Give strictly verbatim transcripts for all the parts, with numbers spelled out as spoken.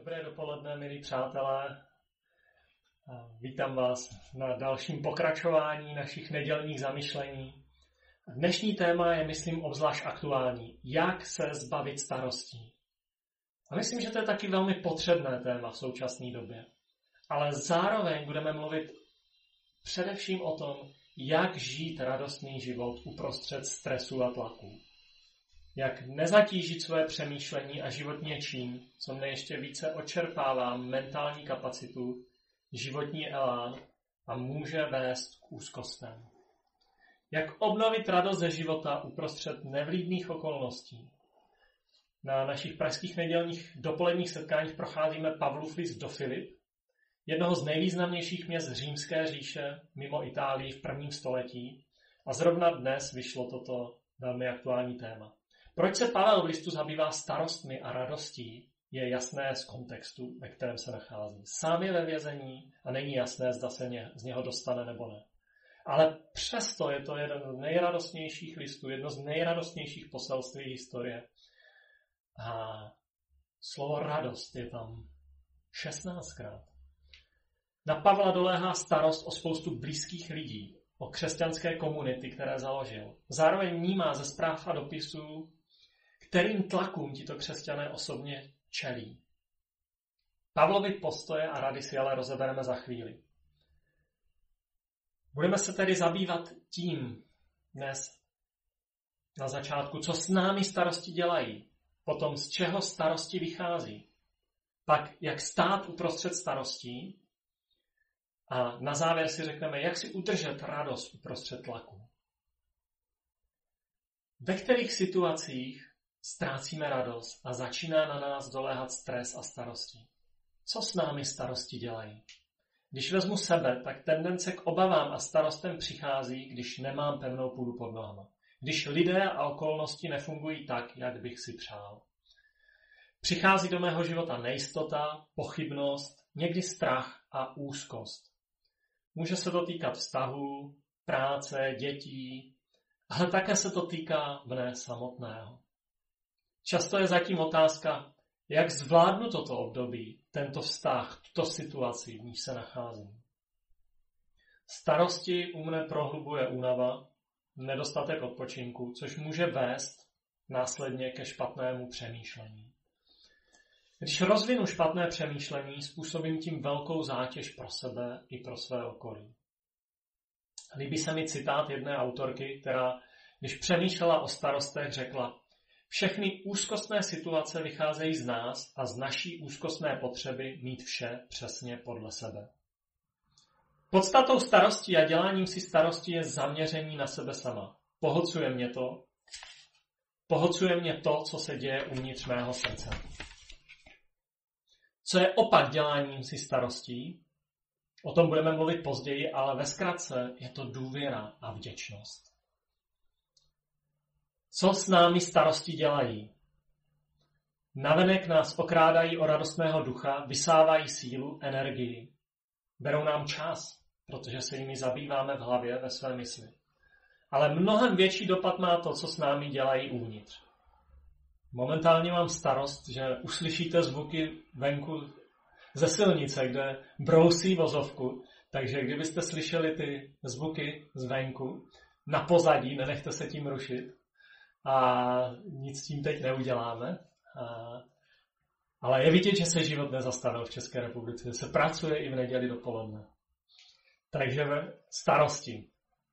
Dobré dopoledne, milí přátelé. Vítám vás na dalším pokračování našich nedělních zamyšlení. Dnešní téma je, myslím, obzvlášť aktuální. Jak se zbavit starostí? A myslím, že to je taky velmi potřebné téma v současné době. Ale zároveň budeme mluvit především o tom, jak žít radostný život uprostřed stresu a tlaku. Jak nezatížit své přemýšlení a život něčím, co mne ještě více očerpává mentální kapacitu, životní elán a může vést k úzkostem. Jak obnovit radost ze života uprostřed nevlídných okolností. Na našich pražských nedělních dopoledních setkáních procházíme Pavlův list do Filip, jednoho z nejvýznamnějších měst Římské říše mimo Itálii v prvním století, a zrovna dnes vyšlo toto velmi aktuální téma. Proč se Pavel v listu zabývá starostmi a radostí, je jasné z kontextu, ve kterém se nachází. Sám je ve vězení a není jasné, zda se ně, z něho dostane nebo ne. Ale přesto je to jeden z nejradostnějších listů, jedno z nejradostnějších poselství historie. A slovo radost je tam šestnáctkrát. Na Pavla doléhá starost o spoustu blízkých lidí, o křesťanské komunity, které založil. Zároveň vnímá ze zpráv a dopisů, kterým tlakům tito křesťané osobně čelí. Pavlovi postoje a rady si ale rozebereme za chvíli. Budeme se tedy zabývat tím dnes na začátku, co s námi starosti dělají, potom z čeho starosti vychází, pak jak stát uprostřed starostí a na závěr si řekneme, jak si udržet radost uprostřed tlaku. Ve kterých situacích ztrácíme radost a začíná na nás doléhat stres a starosti. Co s námi starosti dělají? Když vezmu sebe, tak tendence k obavám a starostem přichází, když nemám pevnou půdu pod nohama. Když lidé a okolnosti nefungují tak, jak bych si přál. Přichází do mého života nejistota, pochybnost, někdy strach a úzkost. Může se to týkat vztahů, práce, dětí, ale také se to týká mne samotného. Často je zatím otázka, jak zvládnu toto období, tento vztah, tuto situaci, v níž se nacházím. Starosti u mne prohlubuje únava, nedostatek odpočinku, což může vést následně ke špatnému přemýšlení. Když rozvinu špatné přemýšlení, způsobím tím velkou zátěž pro sebe i pro své okolí. Líbí se mi citát jedné autorky, která, když přemýšlela o starostech, řekla: všechny úzkostné situace vycházejí z nás a z naší úzkostné potřeby mít vše přesně podle sebe. Podstatou starostí a děláním si starostí je zaměření na sebe sama. Pohlcuje mě to, pohlcuje mě to, co se děje uvnitř mého srdce. Co je opak děláním si starostí? O tom budeme mluvit později, ale ve zkratce je to důvěra a vděčnost. Co s námi starosti dělají? Navenek nás okrádají o radostného ducha, vysávají sílu, energii. Berou nám čas, protože se jimi zabýváme v hlavě, ve své mysli. Ale mnohem větší dopad má to, co s námi dělají uvnitř. Momentálně mám starost, že uslyšíte zvuky venku ze silnice, kde brousí vozovku, takže kdybyste slyšeli ty zvuky zvenku, na pozadí, nenechte se tím rušit. A nic s tím teď neuděláme. A, ale je vidět, že se život nezastavil v České republice, že se pracuje i v neděli dopoledne. Takže starosti.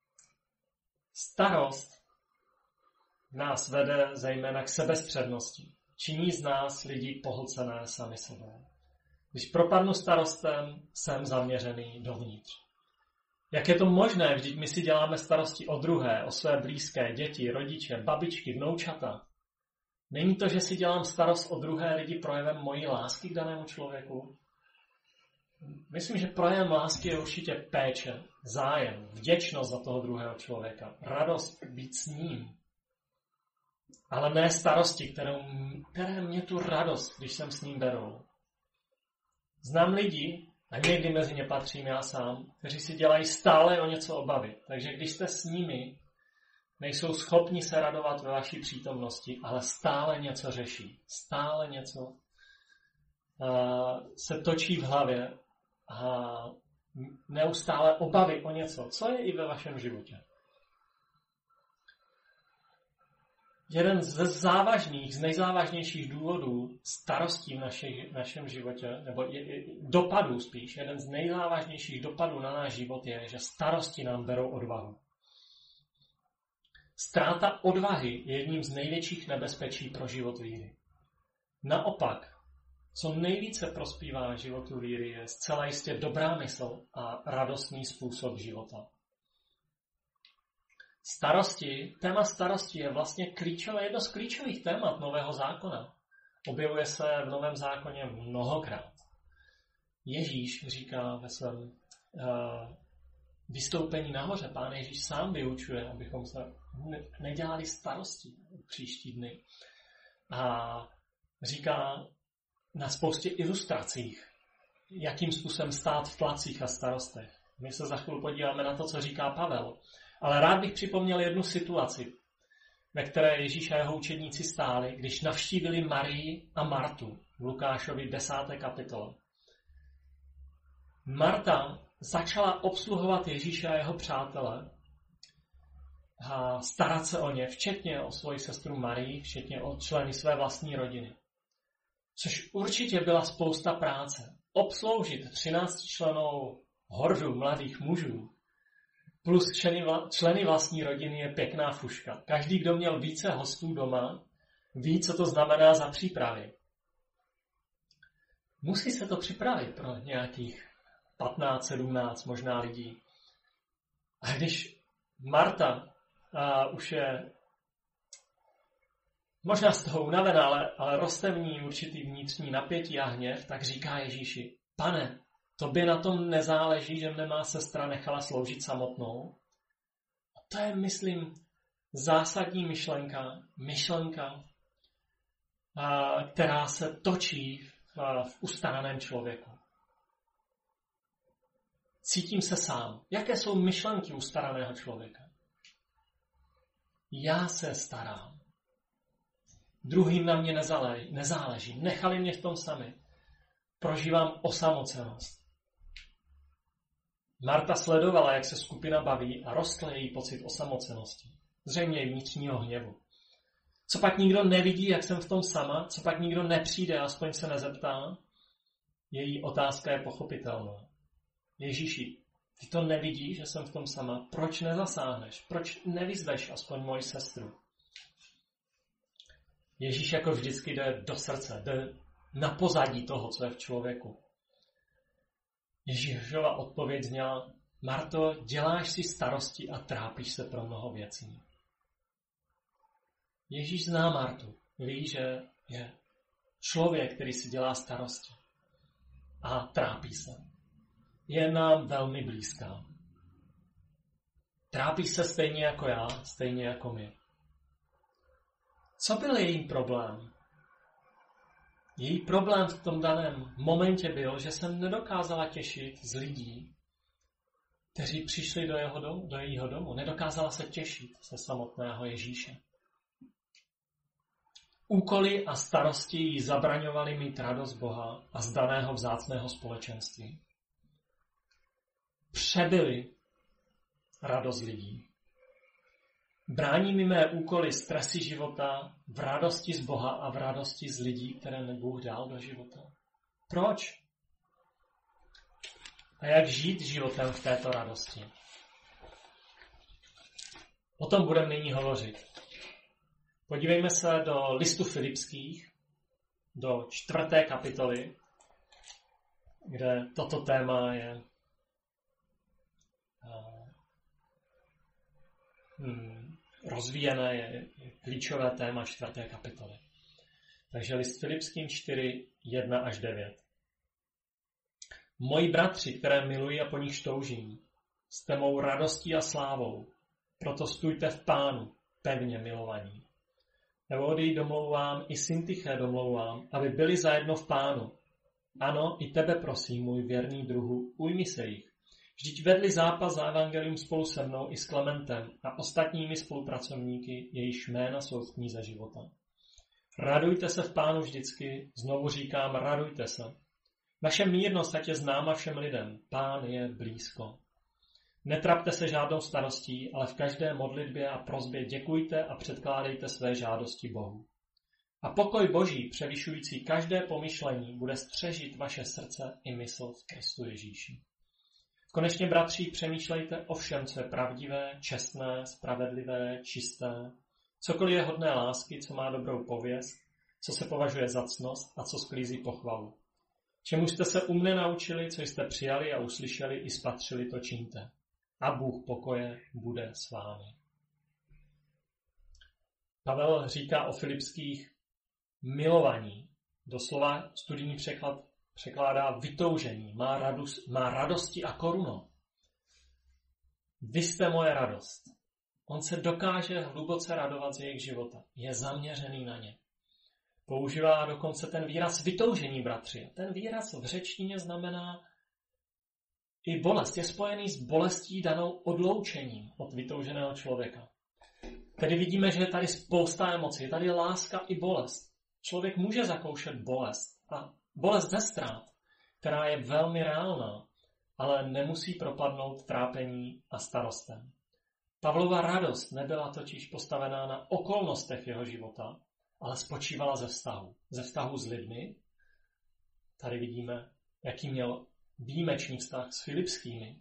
Starost nás vede zejména k sebestřednosti. Činí z nás lidi pohlcené sami sebou. Když propadnu starostem, jsem zaměřený dovnitř. Jak je to možné, vždyť my si děláme starosti o druhé, o své blízké, děti, rodiče, babičky, vnoučata. Není to, že si dělám starost o druhé lidi projevem mojí lásky k danému člověku? Myslím, že projevem lásky je určitě péče, zájem, vděčnost za toho druhého člověka, radost být s ním. Ale ne starosti, které, které mě tu radost, když jsem s ním berou. Znám lidi, a někdy mezi ně patřím já sám, kteří si dělají stále o něco obavy. Takže když jste s nimi, nejsou schopni se radovat ve vaší přítomnosti, ale stále něco řeší. Stále něco se točí v hlavě a neustále obavy o něco, co je i ve vašem životě. Jeden ze závažných, z nejzávažnějších důvodů starostí v naši, našem životě, nebo je, je, dopadů spíš, jeden z nejzávažnějších dopadů na náš život je, že starosti nám berou odvahu. Ztráta odvahy je jedním z největších nebezpečí pro život víry. Naopak, co nejvíce prospívá životu víry, je zcela jistě dobrá mysl a radostný způsob života. Starosti, téma starosti je vlastně klíčové, jedno z klíčových témat Nového zákona. Objevuje se v Novém zákoně mnohokrát. Ježíš říká ve svém uh, vystoupení nahoře, Pán Ježíš sám vyučuje, abychom se nedělali starosti příští dny. A říká na spoustě ilustracích, jakým způsobem stát v tlacích a starostech. My se za chvíli podíváme na to, co říká Pavel. Ale rád bych připomněl jednu situaci, ve které Ježíš a jeho učedníci stáli, když navštívili Marii a Martu v Lukášovi desáté kapitole. Marta začala obsluhovat Ježíše a jeho přátele a starat se o ně, včetně o svoji sestru Marii, včetně o členy své vlastní rodiny. Což určitě byla spousta práce. Obsloužit třináctičlennou hordu mladých mužů plus členy, členy vlastní rodiny je pěkná fuška. Každý, kdo měl více hostů doma, ví, co to znamená za přípravy. Musí se to připravit pro nějakých patnáct, sedmnáct možná lidí. A když Marta a už je možná z toho unavená, ale, ale roste v ní určitý vnitřní napětí a hněv, tak říká Ježíši, Pane, tobě na tom nezáleží, že mne má sestra nechala sloužit samotnou. A to je, myslím, zásadní myšlenka, myšlenka, a, která se točí v, v ustaraném člověku. Cítím se sám. Jaké jsou myšlenky ustaraného člověka? Já se starám. Druhým na mě nezáleží, nezáleží. Nechali mě v tom sami. Prožívám osamocenost. Marta sledovala, jak se skupina baví a rostl její pocit osamocenosti. Zřejmě i vnitřního hněvu. Co pak nikdo nevidí, jak jsem v tom sama? Co pak nikdo nepřijde, aspoň se nezeptá? Její otázka je pochopitelná. Ježíši, ty to nevidíš, že jsem v tom sama? Proč nezasáhneš? Proč nevyzveš aspoň moji sestru? Ježíš jako vždycky jde do srdce, jde na pozadí toho, co je v člověku. Ježíšova odpověď zněla, Marto, děláš si starosti a trápíš se pro mnoho věcí. Ježíš zná Martu, ví, že je člověk, který si dělá starosti a trápí se. Je nám velmi blízká. Trápí se stejně jako já, stejně jako my. Co byl její problém? Její problém v tom daném momentě byl, že se nedokázala těšit z lidí, kteří přišli do, jeho domu, do jejího domu. Nedokázala se těšit ze samotného Ježíše. Úkoly a starosti jí zabraňovaly mít radost Boha a z daného vzácného společenství. Přebyly radost lidí. Brání mi mé úkoly stresy života v radosti z Boha a v radosti z lidí, které mi Bůh dal do života. Proč? A jak žít životem v této radosti? O tom budeme nyní hovořit. Podívejme se do listu Filipských, do čtvrté kapitoly, kde toto téma je hmm, rozvíjené, je, je klíčové téma čtvrté kapitoly. Takže list Filipským čtyři, jedna až devět. Moji bratři, které miluji a po nich toužím, jste mou radostí a slávou, proto stůjte v Pánu, pevně milovaní. Evody domlouvám, i Syntyché domlouvám, aby byli zajedno v Pánu. Ano, i tebe prosím, můj věrný druhu, ujmi se jich. Vždyť vedli zápas za evangelium spolu se mnou i s Klementem a ostatními spolupracovníky, jejichž jména jsou v knize života. Radujte se v Pánu vždycky, znovu říkám, radujte se. Naše mírnost ať je známa všem lidem, Pán je blízko. Netrapte se žádnou starostí, ale v každé modlitbě a prosbě děkujte a předkládejte své žádosti Bohu. A pokoj Boží, převyšující každé pomyšlení, bude střežit vaše srdce i mysl v Kristu Ježíši. Konečně, bratři, přemýšlejte o všem, co je pravdivé, čestné, spravedlivé, čisté, cokoliv je hodné lásky, co má dobrou pověst, co se považuje za ctnost a co sklízí pochvalu. Čemu jste se u mne naučili, co jste přijali a uslyšeli i spatřili, to čiňte. A Bůh pokoje bude s vámi. Pavel říká o Filipských milovaní. Doslova studijní překlad překládá vytoužení, má, radost, má radosti a koruno. Vy jste moje radost. On se dokáže hluboce radovat z jejich života. Je zaměřený na ně. Používá dokonce ten výraz vytoužení, bratři. Ten výraz v řečtině znamená i bolest. Je spojený s bolestí danou odloučením od vytouženého člověka. Tedy vidíme, že je tady spousta emocí. Je tady láska i bolest. Člověk může zakoušet bolest. A bolest ze ztrát, která je velmi reálná, ale nemusí propadnout trápení a starostem. Pavlova radost nebyla totiž postavená na okolnostech jeho života, ale spočívala ze vztahu. Ze vztahu s lidmi. Tady vidíme, jaký měl výjimečný vztah s Filipskými.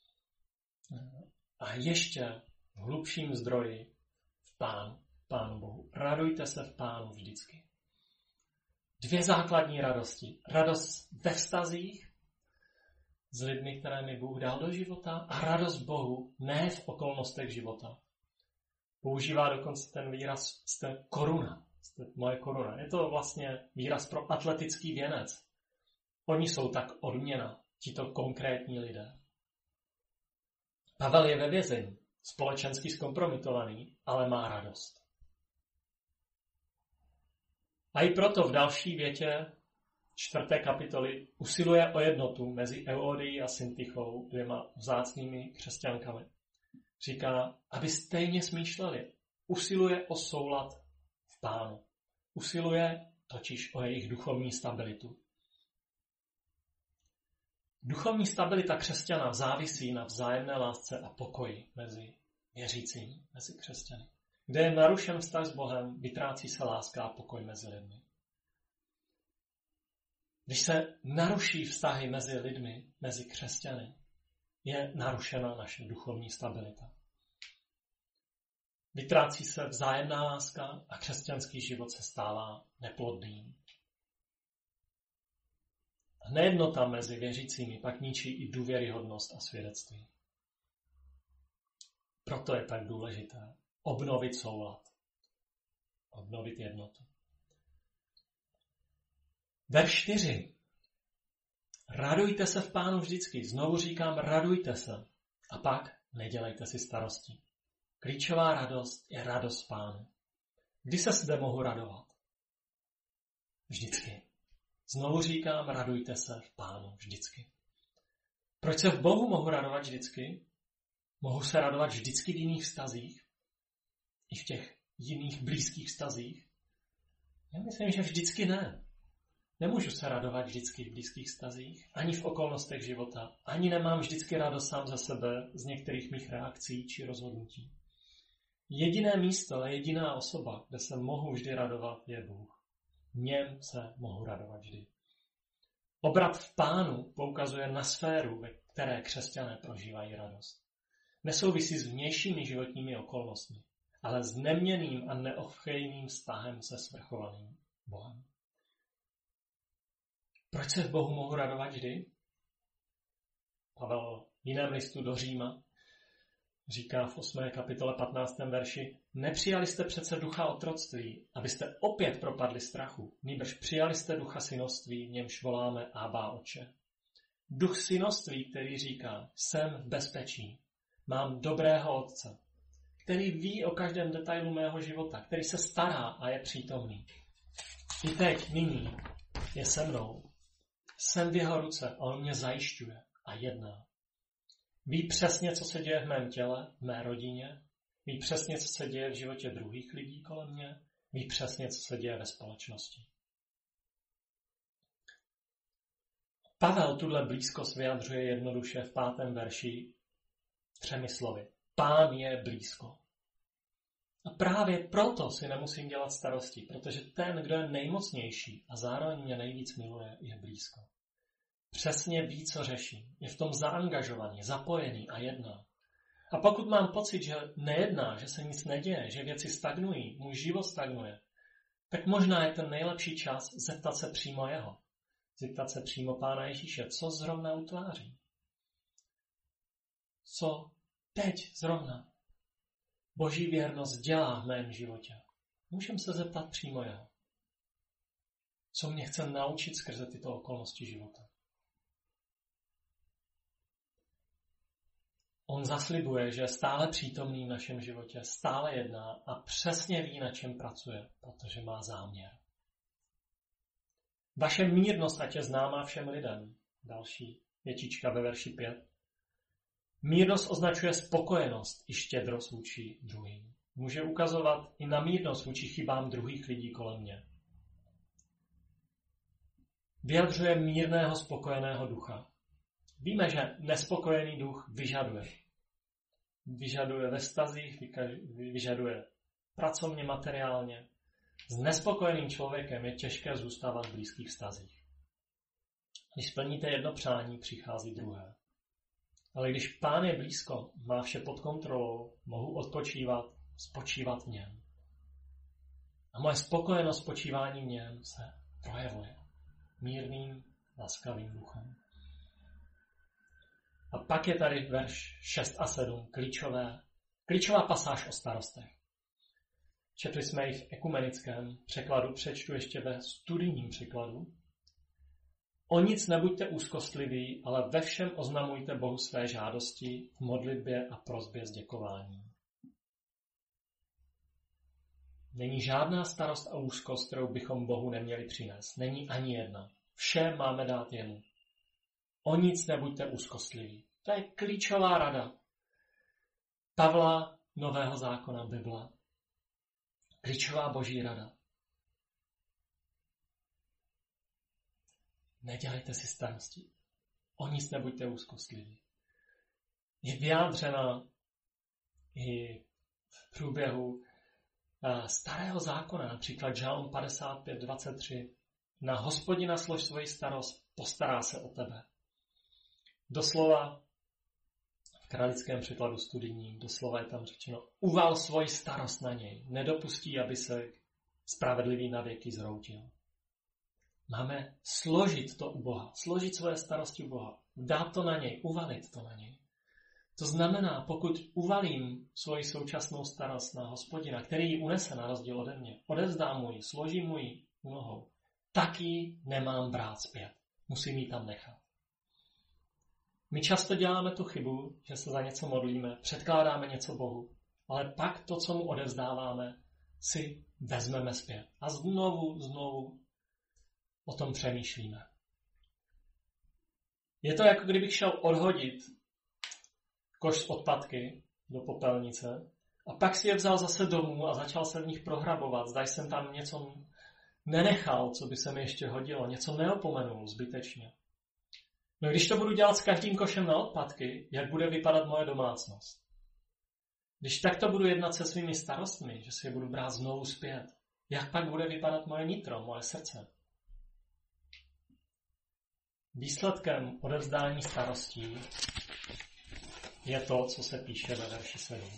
A ještě v hlubším zdroji v Pánu, Pánu Bohu. Radujte se v Pánu vždycky. Dvě základní radosti. Radost ve vztazích s lidmi, které mi Bůh dal do života, a radost Bohu ne v okolnostech života. Používá dokonce ten výraz jste koruna. Jste moje koruna. Je to vlastně výraz pro atletický věnec. Oni jsou tak odměna, tito konkrétní lidé. Pavel je ve vězení, společensky zkompromitovaný, ale má radost. A i proto v další větě čtvrté kapitoly usiluje o jednotu mezi Euodií a Syntychou, dvěma vzácnými křesťankami. Říká, aby stejně smýšleli. Usiluje o soulad v Pánu. Usiluje totiž o jejich duchovní stabilitu. Duchovní stabilita křesťana závisí na vzájemné lásce a pokoji mezi věřícími, mezi křesťany. Kde je narušen vztah s Bohem, vytrácí se láska a pokoj mezi lidmi. Když se naruší vztahy mezi lidmi, mezi křesťany, je narušena naše duchovní stabilita. Vytrácí se vzájemná láska a křesťanský život se stává neplodným. Nejednota mezi věřícími pak ničí i důvěryhodnost a svědectví. Proto je tak důležité obnovit soulad, obnovit jednotu. Verš čtyři. Radujte se v Pánu vždycky. Znovu říkám, radujte se. A pak nedělejte si starosti. Klíčová radost je radost v Pánu. Kdy se zde mohu radovat? Vždycky. Znovu říkám, radujte se v Pánu vždycky. Proč se v Bohu mohu radovat vždycky? Mohu se radovat vždycky v jiných vztazích? I v těch jiných blízkých vztazích? Já myslím, že vždycky ne. Nemůžu se radovat vždycky v blízkých vztazích, ani v okolnostech života, ani nemám vždycky radost sám ze sebe z některých mých reakcí či rozhodnutí. Jediné místo a jediná osoba, kde se mohu vždy radovat, je Bůh. V něm se mohu radovat vždy. Obrat v Pánu poukazuje na sféru, ve které křesťané prožívají radost. Nesouvisí s vnějšími životními okolnostmi, ale s neměnným a neochvějným vztahem se svrchovaným Bohem. Proč se v Bohu mohu radovat vždy? Pavel v jiném listu do Říma říká v osmé kapitole patnáctém verši: Nepřijali jste přece ducha otroctví, abyste opět propadli strachu, nýbrž přijali jste ducha synoství, v němž voláme Abba, Otče. Duch synoství, který říká, jsem v bezpečí, mám dobrého otce, který ví o každém detailu mého života, který se stará a je přítomný. I teď, nyní, je se mnou. Jsem v jeho ruce a on mě zajišťuje a jedná. Ví přesně, co se děje v mém těle, v mé rodině. Ví přesně, co se děje v životě druhých lidí kolem mě. ví přesně, co se děje ve společnosti. Pavel tuhle blízkost vyjadřuje jednoduše v pátém verši třemi slovy. Pán je blízko. A právě proto si nemusím dělat starosti, protože ten, kdo je nejmocnější a zároveň mě nejvíc miluje, je blízko. Přesně ví, co řeším. Je v tom zaangažovaný, zapojený a jedná. A pokud mám pocit, že nejedná, že se nic neděje, že věci stagnují, můj život stagnuje, tak možná je ten nejlepší čas zeptat se přímo jeho. Zeptat se přímo Pána Ježíše, co zrovna utváří. Co teď zrovna Boží věrnost dělá v mém životě. Můžeme se zeptat přímo jeho. Co mě chce naučit skrze tyto okolnosti života. On zaslibuje, že je stále přítomný v našem životě, stále jedná a přesně ví, na čem pracuje, protože má záměr. Vaše mírnost ať je známá všem lidem. Další větička ve verši pět. Mírnost označuje spokojenost i štědrost vůči druhým. Může ukazovat i na mírnost vůči chybám druhých lidí kolem mě. Vyjadřuje mírného, spokojeného ducha. Víme, že nespokojený duch vyžaduje. Vyžaduje ve vztazích, vyžaduje pracovně, materiálně. S nespokojeným člověkem je těžké zůstávat v blízkých vztazích. Když splníte jedno přání, přichází druhé. Ale když Pán je blízko, má vše pod kontrolou, mohu odpočívat, spočívat v něm. A moje spokojenost spočívání v něm se projevuje mírným, laskavým duchem. A pak je tady verš šest a sedm, klíčové, klíčová pasáž o starostech. Četli jsme ji v ekumenickém překladu, přečtu ještě ve studijním překladu. O nic nebuďte úzkostliví, ale ve všem oznamujte Bohu své žádosti v modlitbě a prosbě s děkováním. Není žádná starost a úzkost, kterou bychom Bohu neměli přinést. Není ani jedna. Vše máme dát jemu. O nic nebuďte úzkostliví. To je klíčová rada Pavla, Nového zákona, Bible. Klíčová Boží rada. Nedělejte si starosti. O nic nebuďte úzkostliví. Je vyjádřena i v průběhu Starého zákona, například Žalm padesát pět dvacet tři. Na Hospodina slož svoji starost, postará se o tebe. Doslova v kralickém překladu studijním, doslova je tam řečeno, uval svoji starost na něj, nedopustí, aby se spravedlivý na věky zhroutil. Máme složit to u Boha, složit svoje starosti u Boha, dát to na něj, uvalit to na něj. To znamená, pokud uvalím svoji současnou starost na Hospodina, který ji unese na rozdíl ode mě, odevzdám mu ji, složím mu ji u nohou, tak ji nemám brát zpět. Musím ji tam nechat. My často děláme tu chybu, že se za něco modlíme, předkládáme něco Bohu, ale pak to, co mu odevzdáváme, si vezmeme zpět. A znovu, znovu o tom přemýšlíme. Je to jako kdybych šel odhodit koš z odpadky do popelnice a pak si je vzal zase domů a začal se v nich prohrabovat. Zda jsem tam něco nenechal, co by se mi ještě hodilo, něco neopomenul zbytečně. No když to budu dělat s každým košem na odpadky, jak bude vypadat moje domácnost? Když takto budu jednat se svými starostmi, že si je budu brát znovu zpět, jak pak bude vypadat moje nitro, moje srdce? Výsledkem odevzdání starostí je to, co se píše ve verši sedm.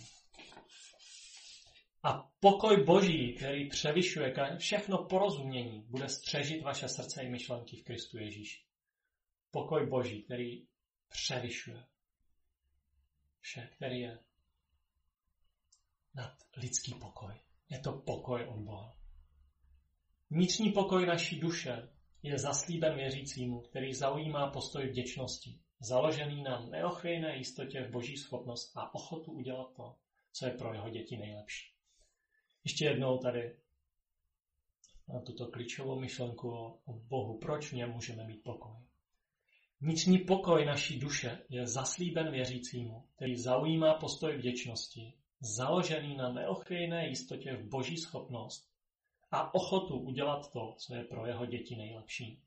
A pokoj Boží, který převyšuje všechno porozumění, bude střežit vaše srdce i myšlenky v Kristu Ježíši. Pokoj Boží, který převyšuje vše, který je nad lidský pokoj. Je to pokoj od Boha. Vnitřní pokoj naší duše je zaslíben věřícímu, který zaujímá postoj vděčnosti, založený na neochvějné jistotě v Boží schopnost a ochotu udělat to, co je pro jeho děti nejlepší. Ještě jednou tady na tuto klíčovou myšlenku o Bohu. Proč v něm můžeme mít pokoj? Vnitřní pokoj naší duše je zaslíben věřícímu, který zaujímá postoj vděčnosti, založený na neochvějné jistotě v Boží schopnost a ochotu udělat to, co je pro jeho děti nejlepší.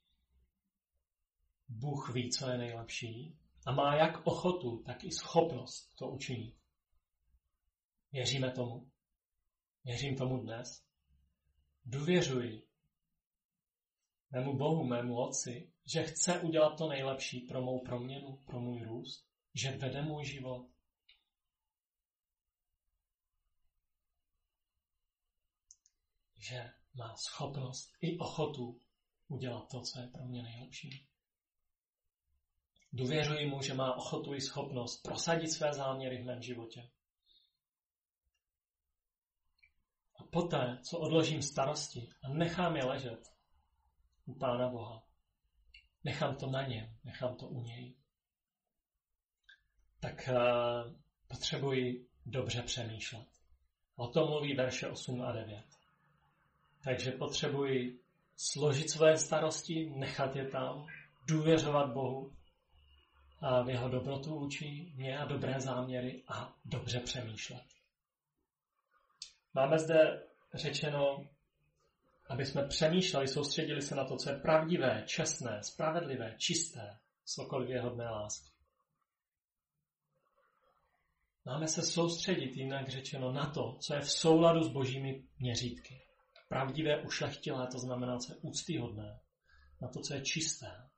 Bůh ví, co je nejlepší a má jak ochotu, tak i schopnost to učinit. Věříme tomu? Věřím tomu dnes? Důvěřuji mému Bohu, mému Otci, že chce udělat to nejlepší pro mou proměnu, pro můj růst, že vede můj život. Že má schopnost i ochotu udělat to, co je pro mě nejlepší. Důvěřuji mu, že má ochotu i schopnost prosadit své záměry v mém životě. A poté, co odložím starosti a nechám je ležet u Pána Boha, nechám to na něm, nechám to u něj, tak uh, potřebuji dobře přemýšlet. O tom mluví verše osm a devět. Takže potřebuji složit své starosti, nechat je tam, důvěřovat Bohu a v jeho dobrotu učí mě a dobré záměry a dobře přemýšlet. Máme zde řečeno, aby jsme přemýšleli, soustředili se na to, co je pravdivé, čestné, spravedlivé, čisté, sokolivě hodné lásky. Máme se soustředit, jinak řečeno, na to, co je v souladu s božími měřítky. Pravdivé, ušlechtilé, to znamená, co je úctyhodné, na to, co je čisté.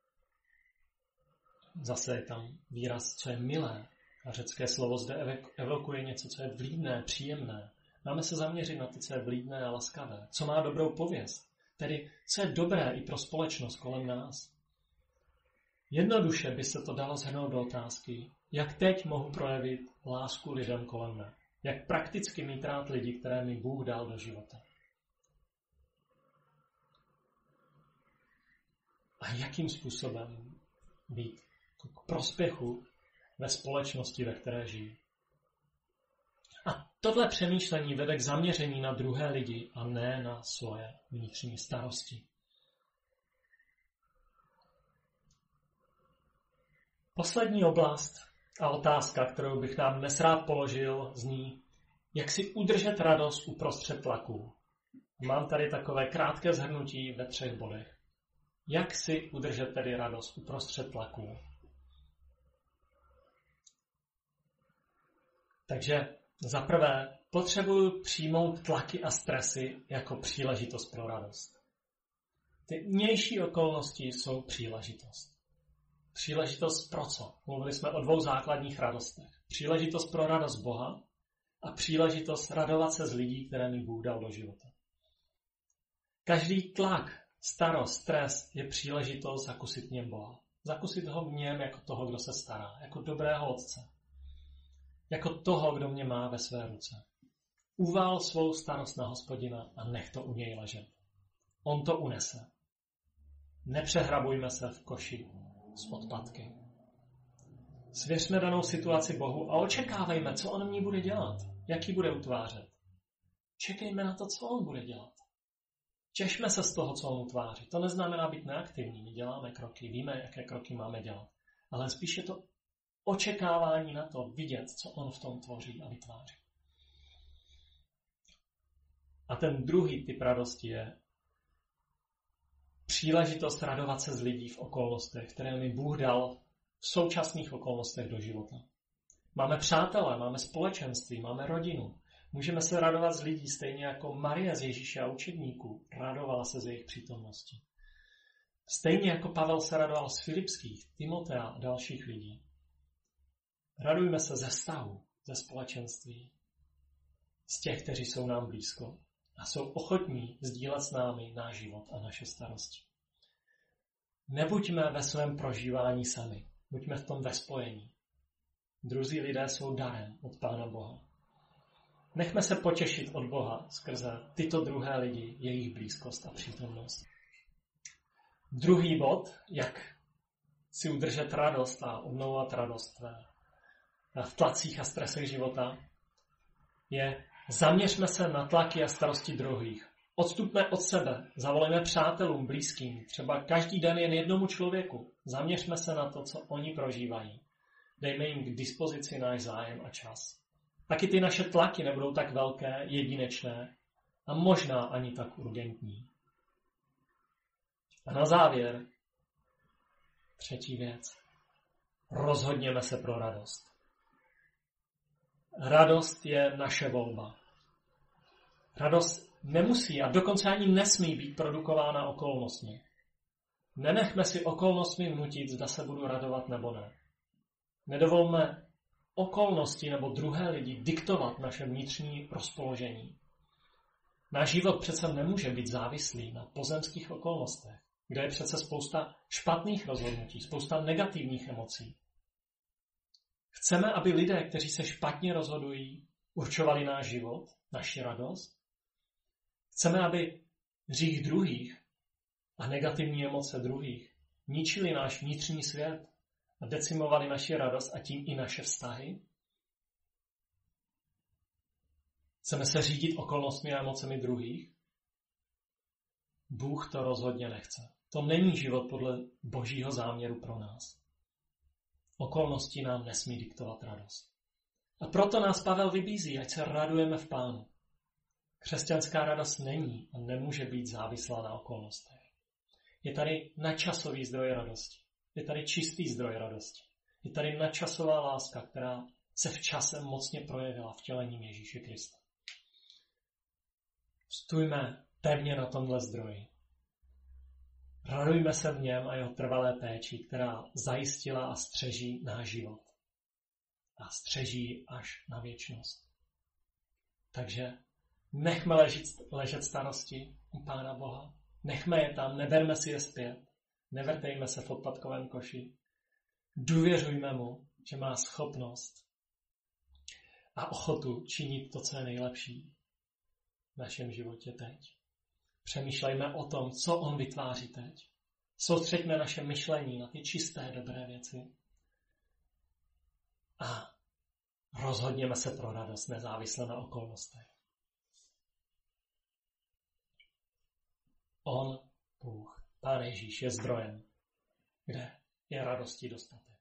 Zase je tam výraz, co je milé. A řecké slovo zde evokuje něco, co je vlídné, příjemné. Máme se zaměřit na to, co je vlídné a laskavé, co má dobrou pověst, tedy co je dobré i pro společnost kolem nás. Jednoduše by se to dalo shrnout do otázky, jak teď mohu projevit lásku lidem kolem mne. Jak prakticky mít rád lidi, které mi Bůh dal do života. A jakým způsobem být k prospěchu ve společnosti, ve které žiju. A tohle přemýšlení vede k zaměření na druhé lidi a ne na svoje vnitřní starosti. Poslední oblast a otázka, kterou bych nám dnes rád položil, zní, jak si udržet radost uprostřed tlaků. Mám tady takové krátké shrnutí ve třech bodech. Jak si udržet tedy radost uprostřed tlaků? Takže za prvé potřebuji přijmout tlaky a stresy jako příležitost pro radost. Ty vnější okolnosti jsou příležitost. Příležitost pro co? Mluvili jsme o dvou základních radostech. Příležitost pro radost Boha a příležitost radovat se z lidí, které mi Bůh dal do života. Každý tlak, starost, stres je příležitost zakusit v něm Boha. Zakusit ho v něm jako toho, kdo se stará, jako dobrého otce. Jako toho, kdo mě má ve své ruce. Uval svou starost na Hospodina a nech to u něj ležet. On to unese. Nepřehrabujme se v koši s odpadky. Svěřme danou situaci Bohu a očekávejme, co on v ní bude dělat, jak ji bude utvářet. Čekejme na to, co on bude dělat. Těšme se z toho, co on utváří. To neznamená být neaktivní. My děláme kroky, víme, jaké kroky máme dělat. Ale spíš je to očekávání na to, vidět, co on v tom tvoří a vytváří. A ten druhý typ radosti je příležitost radovat se z lidí v okolnostech, které mi Bůh dal v současných okolnostech do života. Máme přátelé, máme společenství, máme rodinu. Můžeme se radovat z lidí, stejně jako Marie z Ježíše a učedníků radovala se z jejich přítomnosti. Stejně jako Pavel se radoval z Filipských, Timotea a dalších lidí. Radujme se ze vztahu, ze společenství, z těch, kteří jsou nám blízko a jsou ochotní sdílet s námi náš život a naše starosti. Nebuďme ve svém prožívání sami, buďme v tom ve spojení. Druzí lidé jsou darem od Pána Boha. Nechme se potěšit od Boha skrze tyto druhé lidi, jejich blízkost a přítomnost. Druhý bod, jak si udržet radost a obnovovat radost v tlacích a stresech života, je zaměřme se na tlaky a starosti druhých. Odstupme od sebe, zavolejme přátelům, blízkým, třeba každý den jen jednomu člověku. Zaměřme se na to, co oni prožívají. Dejme jim k dispozici náš zájem a čas. Taky ty naše tlaky nebudou tak velké, jedinečné, a možná ani tak urgentní. A na závěr třetí věc. Rozhodněme se pro radost. Radost je naše volba. Radost nemusí a dokonce ani nesmí být produkována okolnostmi. Nenechme si okolnostmi vnutit, zda se budu radovat nebo ne. Nedovolme okolnosti nebo druhé lidi diktovat naše vnitřní rozpoložení. Náš život přece nemůže být závislý na pozemských okolnostech, kde je přece spousta špatných rozhodnutí, spousta negativních emocí. Chceme, aby lidé, kteří se špatně rozhodují, určovali náš život, naši radost? Chceme, aby hřích druhých a negativní emoce druhých ničili náš vnitřní svět a decimovali naši radost a tím i naše vztahy? Chceme se řídit okolnostmi a emocemi druhých? Bůh to rozhodně nechce. To není život podle Božího záměru pro nás. Okolnosti nám nesmí diktovat radost. A proto nás Pavel vybízí, ať se radujeme v Pánu. Křesťanská radost není a nemůže být závislá na okolnostech. Je tady nadčasový zdroj radosti. Je tady čistý zdroj radosti. Je tady nadčasová láska, která se v čase mocně projevila vtělením Ježíše Krista. Stůjme pevně na tomhle zdroji. Radujme se v něm a jeho trvalé péči, která zajistila a střeží náš život. A střeží až na věčnost. Takže nechme ležet, ležet starosti u Pána Boha. Nechme je tam, neberme si je zpět. Nevrtejme se v odpadkovém koši. Důvěřujme mu, že má schopnost a ochotu činit to, co je nejlepší v našem životě teď. Přemýšlejme o tom, co on vytváří teď. Soustřeďme naše myšlení na ty čisté, dobré věci. A rozhodněme se pro radost, nezávisle na okolnostech. On, Bůh, Pán Ježíš, je zdrojem, kde je radosti dostatek.